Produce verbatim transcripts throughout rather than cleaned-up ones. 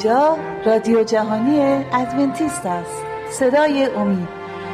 اینجا رادیو جهانی ادونتیست است، صدای امید.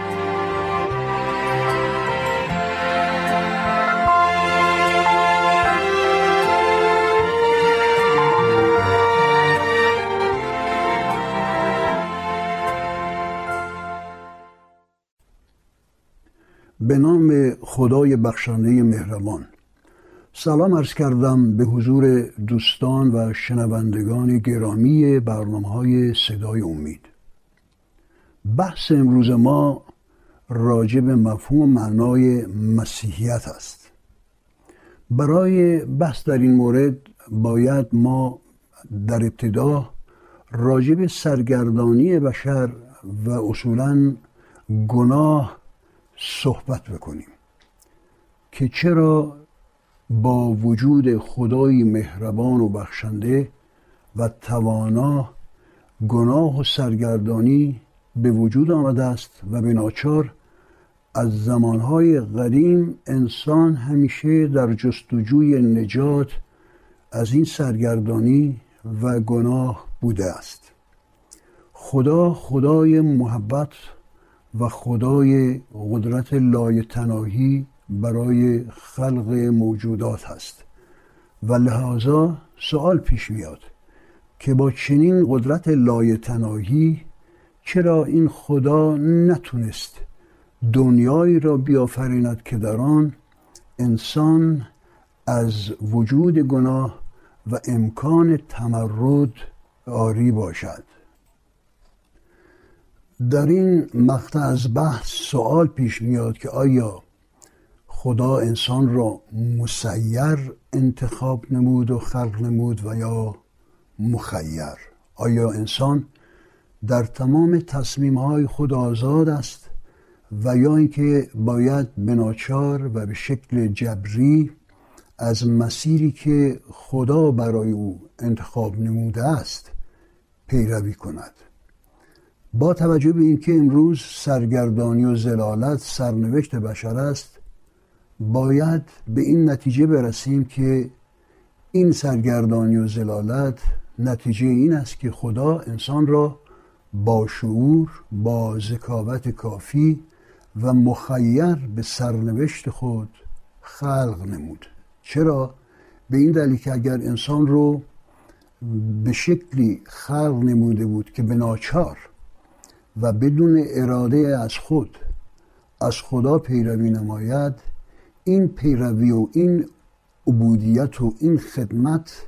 به نام خدای بخشنده مهربان. سلام عرض کردم به حضور دوستان و شنوندگان گرامی برنامه‌های صدای امید. بحث امروز ما راجع به مفهوم و معنای مسیحیت است. برای بحث در این مورد باید ما در ابتدا راجع به سرگردانی بشر و اصولاً گناه صحبت بکنیم که چرا با وجود خدای مهربان و بخشنده و توانا گناه و سرگردانی به وجود آمده است و به ناچار از زمانهای قدیم انسان همیشه در جستجوی نجات از این سرگردانی و گناه بوده است. خدا خدای محبت و خدای قدرت لایتناهی برای خلق موجودات هست و لذا سوال پیش میاد که با چنین قدرت لایتناهی چرا این خدا نتونست دنیایی را بیافریند که در آن انسان از وجود گناه و امکان تمرد عاری باشد؟ در این مقطع از بحث سوال پیش میاد که آیا خدا انسان را مسیر انتخاب نمود و خلق نمود و یا مخیر؟ آیا انسان در تمام تصمیم‌های خود آزاد است و یا اینکه باید به ناچار و به شکل جبری از مسیری که خدا برای او انتخاب نموده است پیروی کند؟ با توجه به اینکه امروز سرگردانی و ضلالت سرنوشت بشر است، باید به این نتیجه برسیم که این سرگردانی و ضلالت نتیجه این است که خدا انسان را با شعور، با ذکاوت کافی و مخیر به سرنوشت خود خلق نمود. چرا؟ به این دلیل که اگر انسان رو به شکلی خلق نموده بود که به ناچار و بدون اراده از خود از خدا پیروی نماید، این پیروی و این عبودیت و این خدمت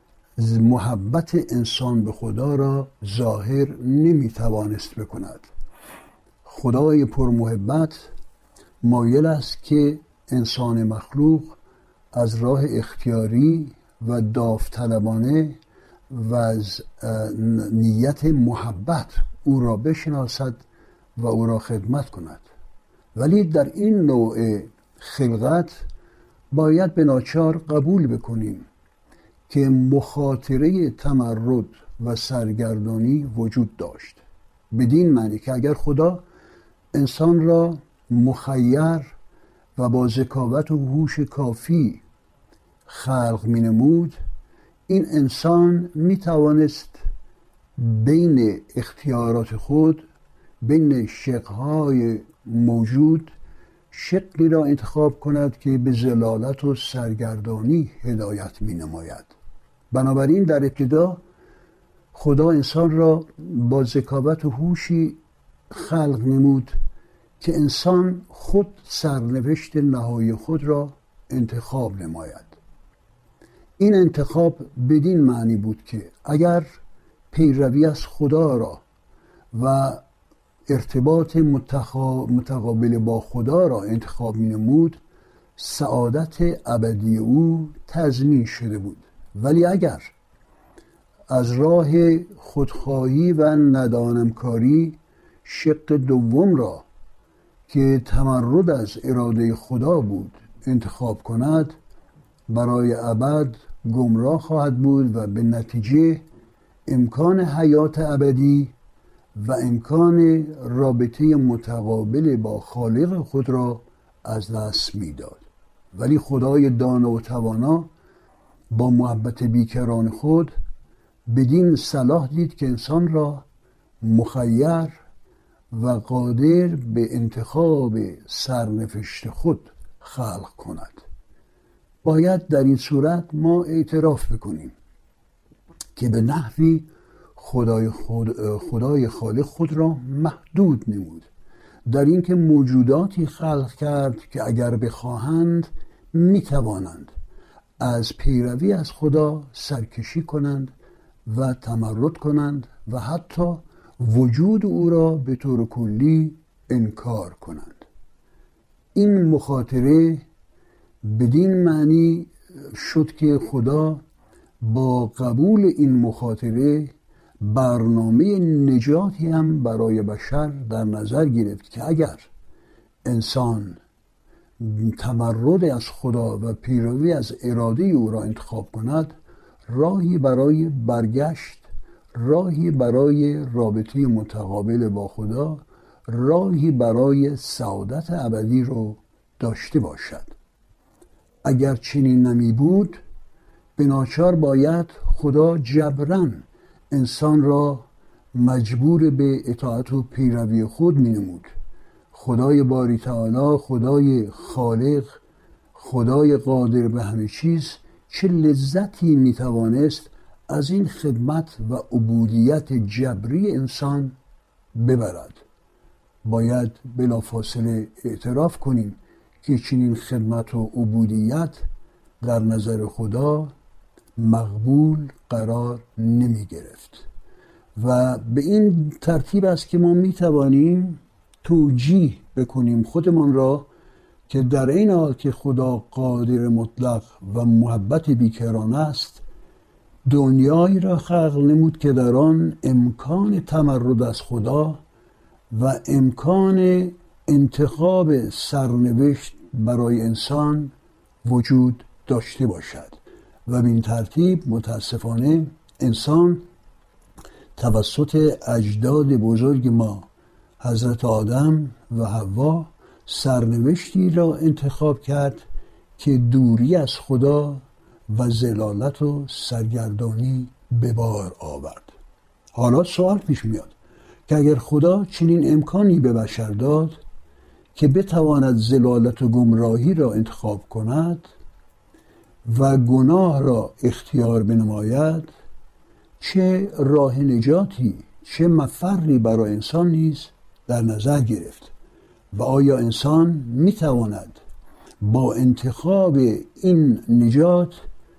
محبت انسان به خدا را ظاهر نمیتوانست بکند. خدای پرمحبت مایل است که انسان مخلوق از راه اختیاری و داوطلبانه و از نیت محبت او را بشناسد و او را خدمت کند، ولی در این نوع خلقت باید به ناچار قبول بکنیم که مخاطره تمرد و سرگردانی وجود داشت، بدین معنی که اگر خدا انسان را مخیر و با ذکاوت و هوش کافی خلق می نمود، این انسان می توانست بین اختیارات خود، بین شقهای موجود، شقی را انتخاب کند که به ضلالت و سرگردانی هدایت می نماید. بنابراین در ابتدا خدا انسان را با ذکاوت و هوشی خلق نمود که انسان خود سرنوشت نهایی خود را انتخاب نماید. این انتخاب بدین معنی بود که اگر پیروی از خدا را و ارتباط متقابل با خدا را انتخاب می نمود، سعادت ابدی او تضمین شده بود. ولی اگر از راه خودخواهی و ندانمکاری شق دوم را که تمرد از اراده خدا بود انتخاب کند، برای ابد گمراه خواهد بود و به نتیجه امکان حیات ابدی و امکان رابطه متقابل با خالق خود را از دست میداد. ولی خدای دانا و توانا با محبت بیکران خود بدین صلاح دید که انسان را مخیر و قادر به انتخاب سرنوشت خود خلق کند. باید در این صورت ما اعتراف بکنیم که به نحوی خدای, خود خدای خالق خود را محدود نمود در اینکه موجوداتی خلق کرد که اگر بخواهند می توانند از پیروی از خدا سرکشی کنند و تمرد کنند و حتی وجود او را به طور کلی انکار کنند. این مخاطره بدین معنی شد که خدا با قبول این مخاطره برنامه نجاتی هم برای بشر در نظر گرفت که اگر انسان تمرد از خدا و پیروی از اراده او را انتخاب کند، راهی برای برگشت، راهی برای رابطه متقابل با خدا، راهی برای سعادت ابدی رو داشته باشد. اگر چنین نمی بود، به ناچار باید خدا جبراً انسان را مجبور به اطاعت و پیروی خود می نمود. خدای باری تعالی، خدای خالق، خدای قادر به همه چیز چه لذتی می توانست از این خدمت و عبودیت جبری انسان ببرد. باید بلافاصله اعتراف کنیم که چنین خدمت و عبودیت در نظر خدا مقبول قرار نمی گرفت و به این ترتیب است که ما می توانیم توجیه بکنیم خودمان را که در این حال که خدا قادر مطلق و محبت بیکران است، دنیایی را خلق نمود که در آن امکان تمرد از خدا و امکان انتخاب سرنوشت برای انسان وجود داشته باشد و به این ترتیب متاسفانه انسان توسط اجداد بزرگ ما حضرت آدم و حوا سرنوشتی را انتخاب کرد که دوری از خدا و ضلالت و سرگردانی به بار آورد. حالا سوال پیش میاد که اگر خدا چنین امکانی به بشر داد که بتواند ضلالت و گمراهی را انتخاب کند و گناه را اختیار بنماید، چه راه نجاتی، چه مفری برای انسان نیز در نظر گرفت و آیا انسان میتواند با انتخاب این نجات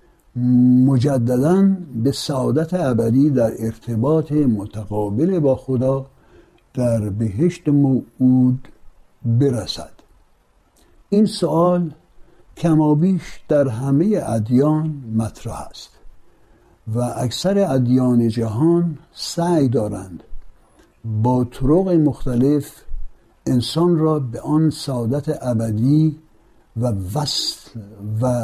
مجدداً به سعادت ابدی در ارتباط متقابل با خدا در بهشت موعود برسد؟ این سوال کمابیش در همه ادیان مطرح است و اکثر ادیان جهان سعی دارند با طرق مختلف انسان را به آن سعادت ابدی و وصل و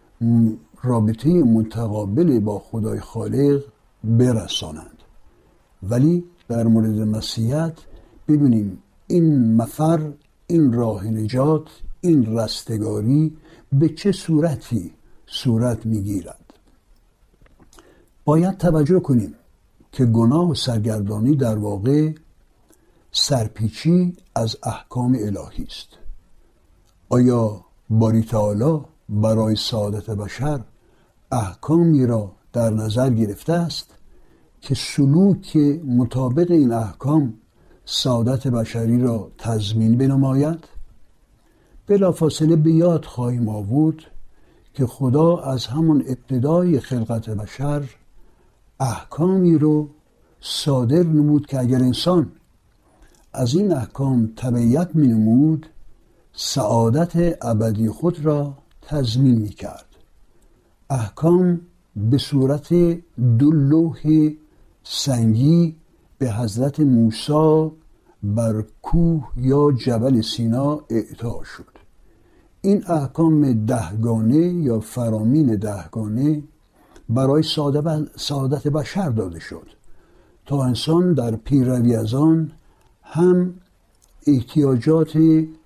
رابطه متقابل با خدای خالق برسانند. ولی در مورد مسیحیت ببینیم این مفر، این راه نجات، این رستگاری به چه صورتی صورت میگیرد. باید توجه کنیم که گناه و سرگردانی در واقع سرپیچی از احکام الهی است. آیا باری تعالی برای سعادت بشر احکامی را در نظر گرفته است که سلوک مطابق این احکام سعادت بشری را تضمین بنماید؟ بلافاصله به یاد خواهیم آورد که خدا از همان ابتدای خلقت بشر احکامی رو صادر نمود که اگر انسان از این احکام تبعیت می نمود، سعادت ابدی خود را تضمین می کرد. احکام به صورت دو لوح سنگی به حضرت موسی بر کوه یا جبل سینا اعطا شد. این احکام دهگانه یا فرامین دهگانه برای سعادت بشر داده شد تا انسان در پیروی از آن هم احتیاجات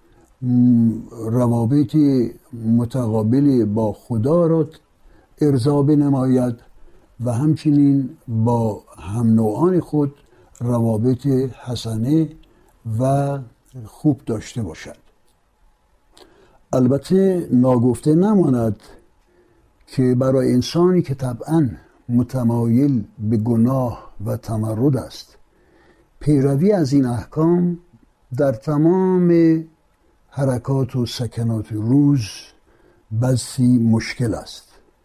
روابط متقابل با خدا را ارضا بنماید و همچنین با هم نوعان خود روابط حسنه و خوب داشته باشد. البته ناگفته نماند که برای انسانی که طبعاً متمایل به گناه و تمرد است، پیروی از این احکام در تمام حرکات و سکنات روز بسی مشکل است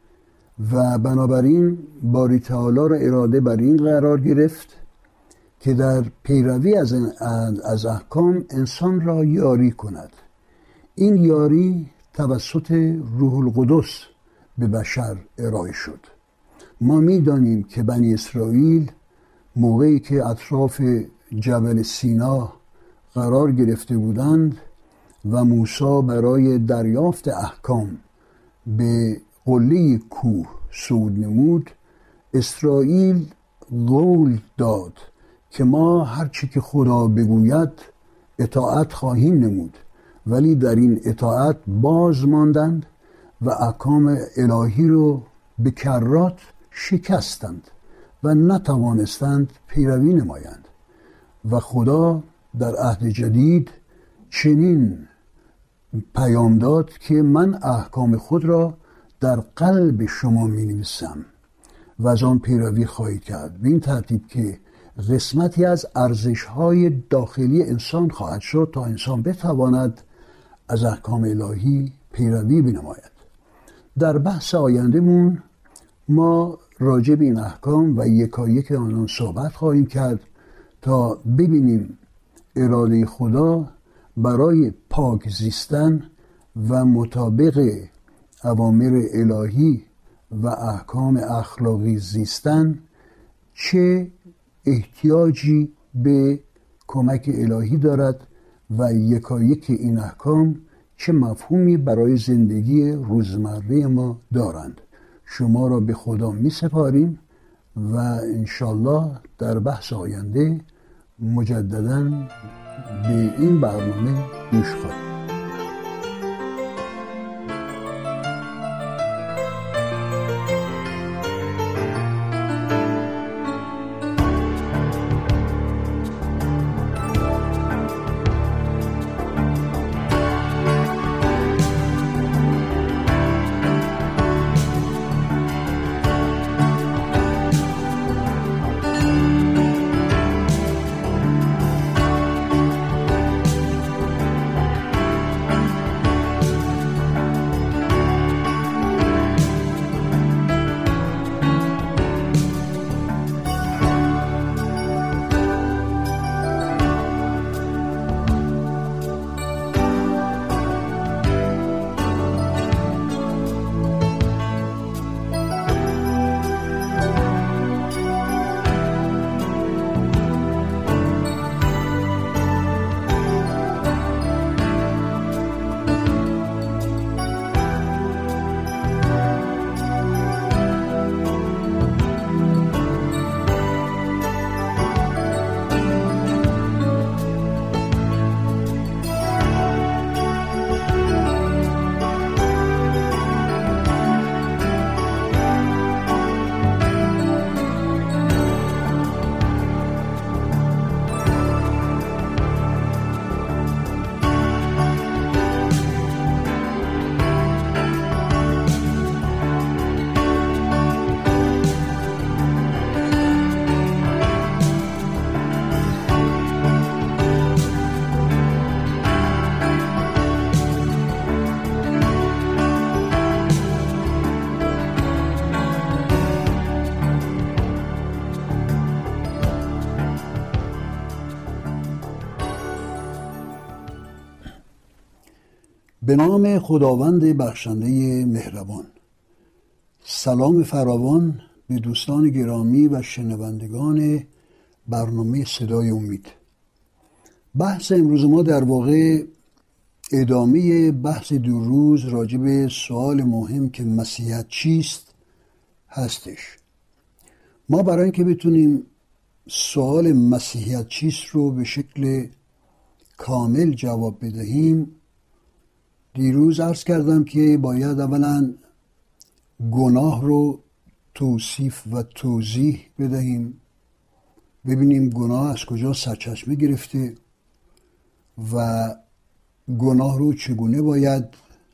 و بنابراین باری تعالی را اراده بر این قرار گرفت که در پیروی از از احکام انسان را یاری کند. این یاری توسط روح القدس به بشر ارائه شد. ما می‌دانیم که بنی اسرائیل موقعی که اطراف جبل سینا قرار گرفته بودند و موسی برای دریافت احکام به قله کوه صعود نمود، اسرائیل قول داد که ما هرچی که خدا بگوید اطاعت خواهیم نمود، ولی در این اطاعت باز ماندند و احکام الهی رو به کرات شکستند و نتوانستند پیروی نمایند. و خدا در عهد جدید چنین پیام داد که من احکام خود را در قلب شما می نویسم و از آن پیروی خواهید کرد، به این ترتیب که قسمتی از ارزش‌های داخلی انسان خواهد شد تا انسان بتواند از احکام الهی پیروی بنماید. در بحث آینده‌مون ما راجع به این احکام و یکایک آنان صحبت خواهیم کرد تا ببینیم اراده خدا برای پاک زیستن و مطابق اوامر الهی و احکام اخلاقی زیستن چه احتیاجی به کمک الهی دارد و یکایک این احکام چه مفهومی برای زندگی روزمره ما دارند. شما را به خدا می سپاریم و انشالله در بحث آینده مجدداً به این برنامه گوش خواهیم. به نام خداوند بخشنده مهربان. سلام فراوان به دوستان گرامی و شنوندگان برنامه صدای امید. بحث امروز ما در واقع ادامه بحث دو روز راجع به سوال مهم که مسیحیت چیست هستش. ما برای اینکه بتونیم سوال مسیحیت چیست رو به شکل کامل جواب بدهیم، دیروز عرض کردم که باید اولا گناه رو توصیف و توضیح بدهیم، ببینیم گناه از کجا سرچشمه گرفته و گناه رو چگونه باید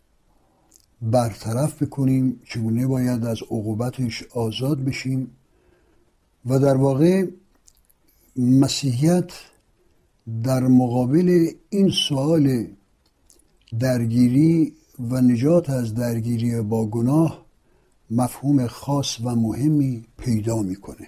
برطرف بکنیم، چگونه باید از عقوبتش آزاد بشیم. و در واقع مسیحیت در مقابل این سوال درگیری و نجات از درگیری با گناه مفهوم خاص و مهمی پیدا میکنه.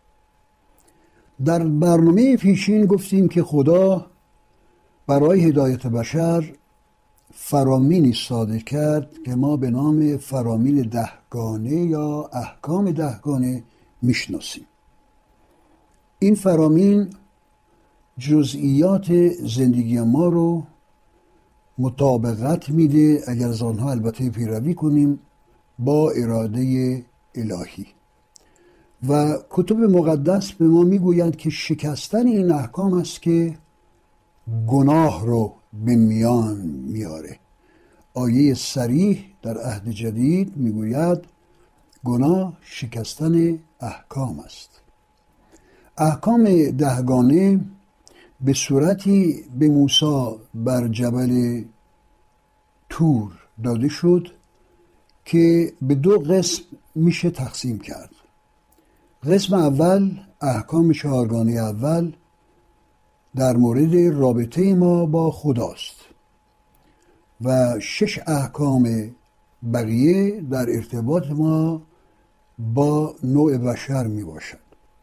در برنامه پیشین گفتیم که خدا برای هدایت بشر فرامینی صادر کرد که ما به نام فرامین دهگانه یا احکام دهگانه میشناسیم. این فرامین جزئیات زندگی ما رو مطابقت میده، اگر از آنها البته پیروی کنیم، با اراده الهی. و کتب مقدس به ما میگویند که شکستن این احکام است که گناه رو به میان میاره. آیه صریح در عهد جدید میگوید گناه شکستن احکام است. احکام دهگانه به صورتی به موسی بر جبل طور داده شد که به دو قسم میشه تقسیم کرد. قسم اول، احکام چهارگانه اول، در مورد رابطه ما با خداست و شش احکام بقیه در ارتباط ما با نوع بشر می باشد.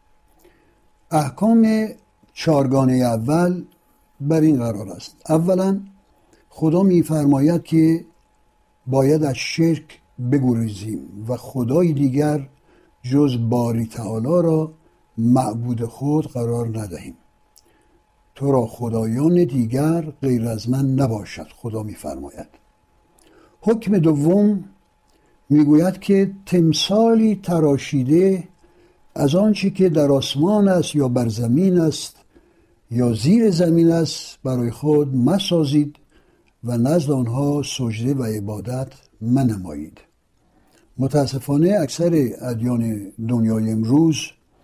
احکام چهارگانه اول بر این قرار است: اولا خدا می فرماید که باید از شرک بگریزیم و خدای دیگر جز باری تعالی را معبود خود قرار ندهیم. تو را خدایان دیگر غیر از من نباشد، خدا می فرماید. حکم دوم میگوید که تمثالی تراشیده از آنچه که در آسمان است یا بر زمین است یا زیر زمین است برای خود مسازید و نزد آنها سجده و عبادت منمایید. متاسفانه اکثر ادیان دنیای امروز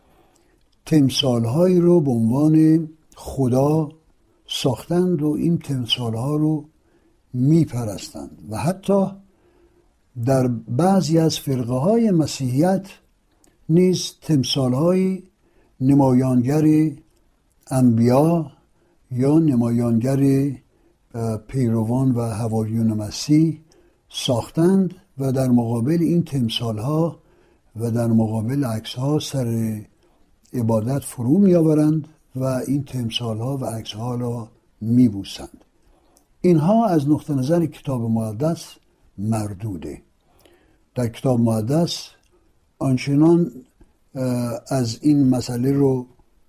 تمثالهایی رو به عنوان خدا ساختند و این تمثالها رو میپرستند و حتی در بعضی از فرقه های مسیحیت نیز تمثالهای نمایانگر انبیا یا نمایانگر پیروان و حواریون مسیح ساختند و در مقابل این تمثالها و در مقابل عکسها سر عبادت فرو می آورند و این تمثالها و عکسها را می بوسند. اینها از نقطه نظر کتاب مقدس مردوده. در کتاب مقدس آنچنان از این مسئله رو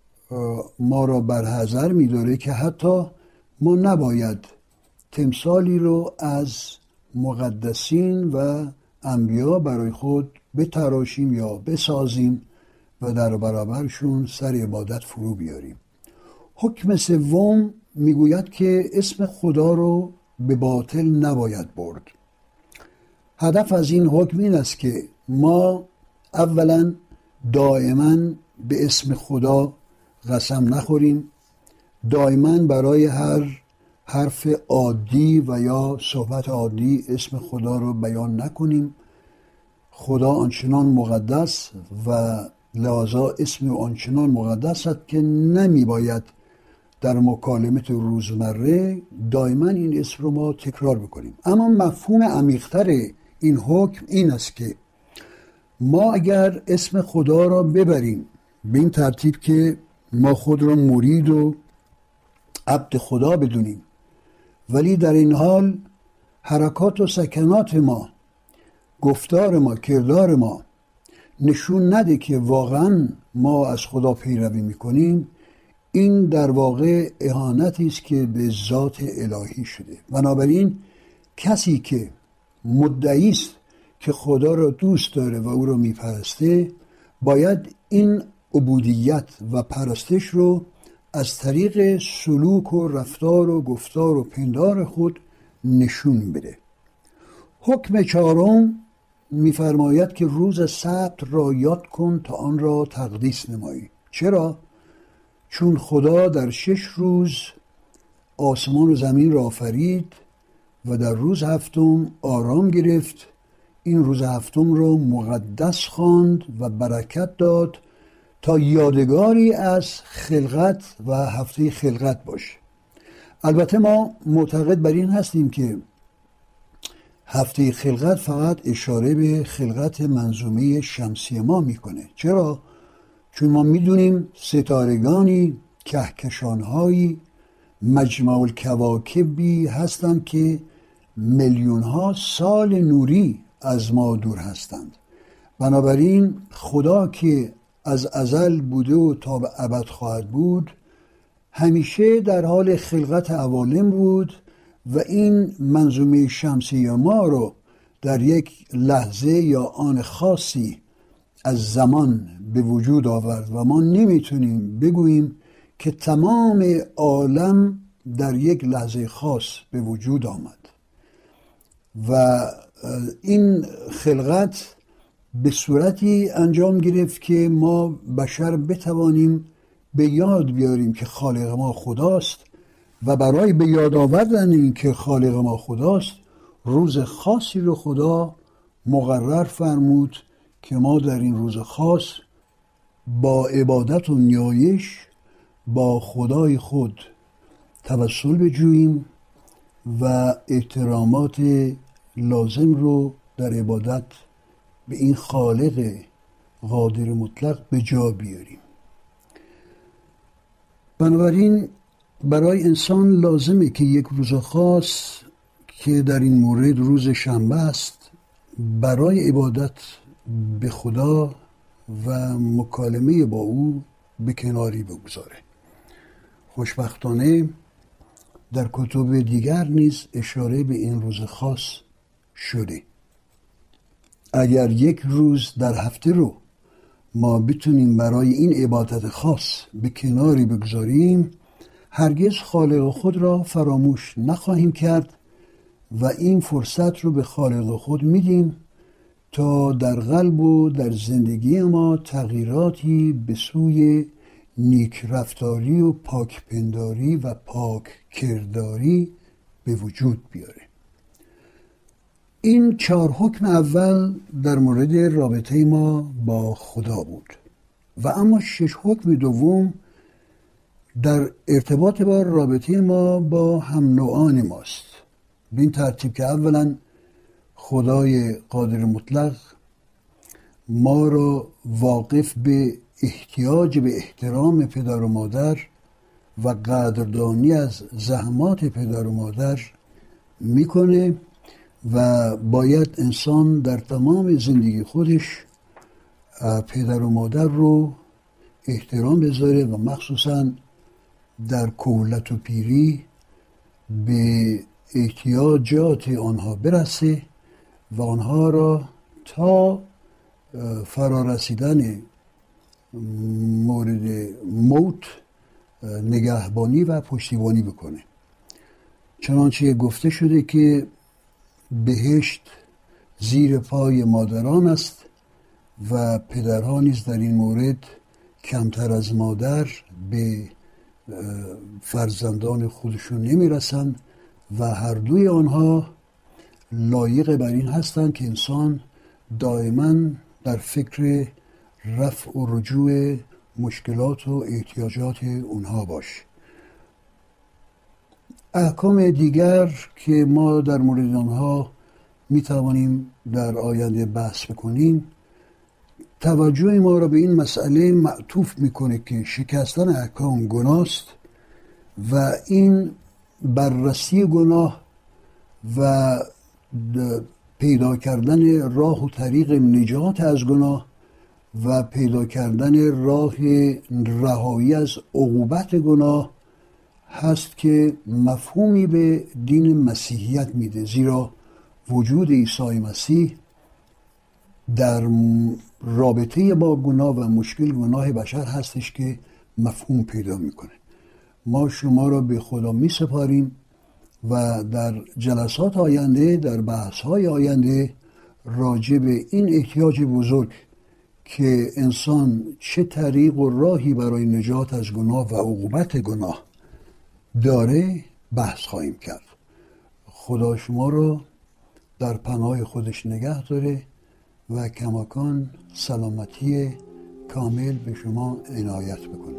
ما را برحذر می داره که حتی ما نباید تمثالی رو از مقدسین و انبیا برای خود بتراشیم یا بسازیم و در برابرشون سر عبادت فرو بیاریم. حکم سوم میگوید که اسم خدا رو به باطل نباید برد. هدف از این حکم این است که ما اولا دائما به اسم خدا قسم نخوریم، دائما برای هر حرف عادی و یا صحبت عادی اسم خدا رو بیان نکنیم. خدا آنچنان مقدس و لذا اسم آنچنان مقدس است که نمی باید در مکالمت روزمره دائما این اسم رو ما تکرار بکنیم. اما مفهوم عمیق‌تر این حکم این است که ما اگر اسم خدا را ببریم به این ترتیب که ما خود را مرید و عبد خدا بدونیم، ولی در این حال حرکات و سکنات ما، گفتار ما، کردار ما نشون نده که واقعا ما از خدا پیروی میکنیم، این در واقع اهانتی است که به ذات الهی شده. بنابراین کسی که مدعی است که خدا را دوست داره و او را میپرسته باید این عبودیت و پرستش رو از طریق سلوک و رفتار و گفتار و پندار خود نشون بده. حکم چهارم می‌فرماید که روز سبت را یاد کن تا آن را تقدیس نمایی. چرا؟ چون خدا در شش روز آسمان و زمین را آفرید و در روز هفتم آرام گرفت. این روز هفتم را مقدس خواند و برکت داد تا یادگاری از خلقت و هفته خلقت باشه. البته ما معتقد بر این هستیم که هفته خلقت فقط اشاره به خلقت منظومه شمسی ما میکنه. چرا؟ چون ما میدونیم ستارگانی، کهکشانهایی، مجمع الکواکبی هستند که میلیون ها سال نوری از ما دور هستند. بنابراین خدا که از ازل بوده و تا به ابد خواهد بود همیشه در حال خلقت عوالم بود و این منظومه شمسی ما رو در یک لحظه یا آن خاصی از زمان به وجود آورد و ما نمیتونیم بگوییم که تمام عالم در یک لحظه خاص به وجود آمد و این خلقت به صورتی انجام گرفت که ما بشر بتوانیم به یاد بیاریم که خالق ما خداست و برای به یاد آوردن این که خالق ما خداست روز خاصی رو خدا مقرر فرمود که ما در این روز خاص با عبادت و نیایش با خدای خود توسل بجوییم و احترامات لازم رو در عبادت به این خالق قادر مطلق به جا بیاریم. بنابراین برای انسان لازمه که یک روز خاص که در این مورد روز شنبه است برای عبادت به خدا و مکالمه با او به کناری بگذاره. خوشبختانه در کتب دیگر نیز اشاره به این روز خاص شده. اگر یک روز در هفته رو ما بتونیم برای این عبادت خاص به کناری بگذاریم هرگز خالق خود را فراموش نخواهیم کرد و این فرصت رو به خالق خود میدیم تا در قلب و در زندگی ما تغییراتی به سوی نیک رفتاری و پاک پنداری و پاک کرداری به وجود بیاره. این چهار حکم اول در مورد رابطه ما با خدا بود و اما شش حکم دوم در ارتباط با رابطه ما با هم نوعان ماست. به این ترتیب که اولا خدای قادر مطلق ما را واقف به احتیاج به احترام پدر و مادر و قدردانی از زحمات پدر و مادر میکنه و باید انسان در تمام زندگی خودش پدر و مادر رو احترام بذاره و مخصوصا در کهولت و پیری به احتیاجات آنها برسه و آنها را تا فرارسیدن مورد موت نگهبانی و پشتیبانی بکنه. چنانچه گفته شده که بهشت زیر پای مادران است و پدرها نیز در این مورد کمتر از مادر به فرزندان خودشون نمیرسن و هر دوی آنها لایق بر این هستند که انسان دائما در فکر رفع و رجوع مشکلات و احتیاجات اونها باشه. احکام دیگر که ما در مورد آنها می توانیم در آینده بحث بکنیم توجه ما را به این مسئله معطوف میکنه که شکستن احکام گناه است و این بررسی گناه و پیدا کردن راه و طریق نجات از گناه و پیدا کردن راه رهایی از عقوبت گناه هست که مفهومی به دین مسیحیت میده، زیرا وجود عیسی مسیح در رابطه با گناه و مشکل گناه بشر هستش که مفهوم پیدا میکنه. ما شما را به خدا می سپاریم و در جلسات آینده، در بحث های آینده راجع به این احتیاج بزرگ که انسان چه طریق و راهی برای نجات از گناه و عقوبت گناه داره بحث خواهیم کرد. خدا شما رو در پناه خودش نگه داره و کماکان سلامتی کامل به شما عنایت بکنه.